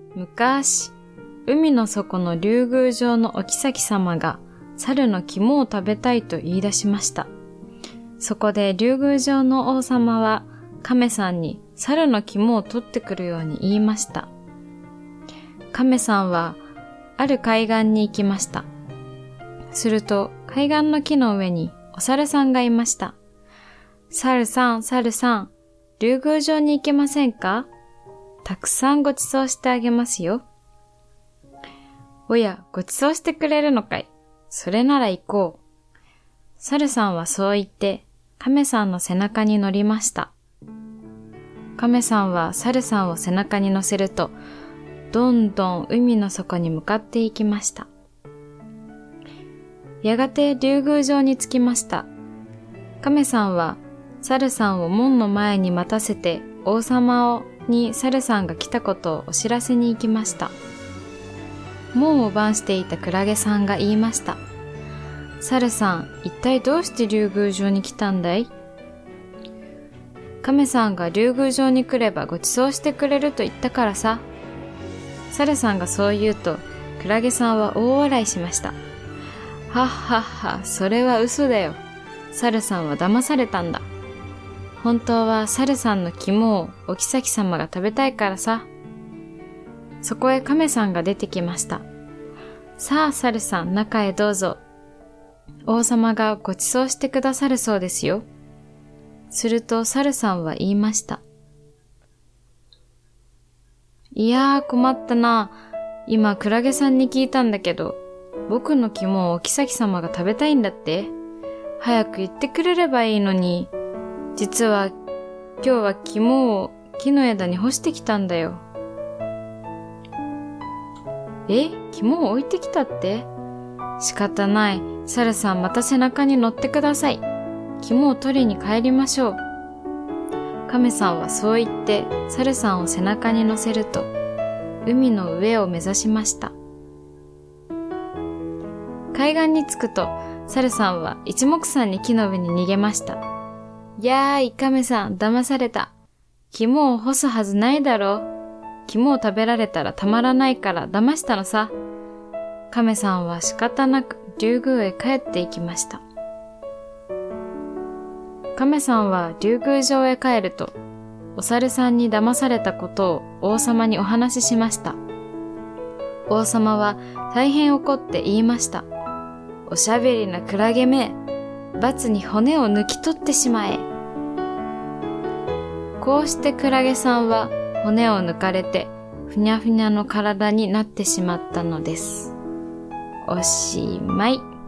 昔、海の底の竜宮城のお妃様が猿の肝を食べたいと言い出しました。そこで竜宮城の王様は亀さんに猿の肝を取ってくるように言いました。亀さんはある海岸に行きました。すると海岸の木の上にお猿さんがいました。猿さん、猿さん、竜宮城に行けませんか？たくさんご馳走してあげますよ。おや、ご馳走してくれるのかい？それなら行こう。猿さんはそう言って、亀さんの背中に乗りました。亀さんは猿さんを背中に乗せると、どんどん海の底に向かっていきました。やがて竜宮城に着きました。亀さんは猿さんを門の前に待たせて、王様に猿さんが来たことをお知らせに行きました。門を番していたクラゲさんが言いました。猿さん、一体どうして竜宮城に来たんだい？亀さんが竜宮城に来ればご馳走してくれると言ったからさ。猿さんがそう言うと、クラゲさんは大笑いしました。はっはっは、それは嘘だよ。猿さんは騙されたんだ。本当は猿さんの肝をお妃様が食べたいからさ。そこへ亀さんが出てきました。さあ猿さん、中へどうぞ。王様がご馳走してくださるそうですよ。すると猿さんは言いました。いやー困ったな。今クラゲさんに聞いたんだけど、僕の肝をお妃様が食べたいんだって。早く言ってくれればいいのに。実は今日は肝を木の枝に干してきたんだよ。肝を置いてきたって？仕方ない。猿さんまた背中に乗ってください。肝を取りに帰りましょう。亀さんはそう言って猿さんを背中に乗せると、海の上を目指しました。海岸に着くと、猿さんは一目散に木の上に逃げました。やーい、亀さん、騙された。肝を干すはずないだろう。肝を食べられたらたまらないから騙したのさ。亀さんは仕方なく竜宮へ帰っていきました。亀さんは竜宮城へ帰ると、お猿さんに騙されたことを王様にお話ししました。王様は大変怒って言いました。おしゃべりなクラゲめ、罰に骨を抜き取ってしまえ。こうしてクラゲさんは骨を抜かれてふにゃふにゃの体になってしまったのです。おしまい。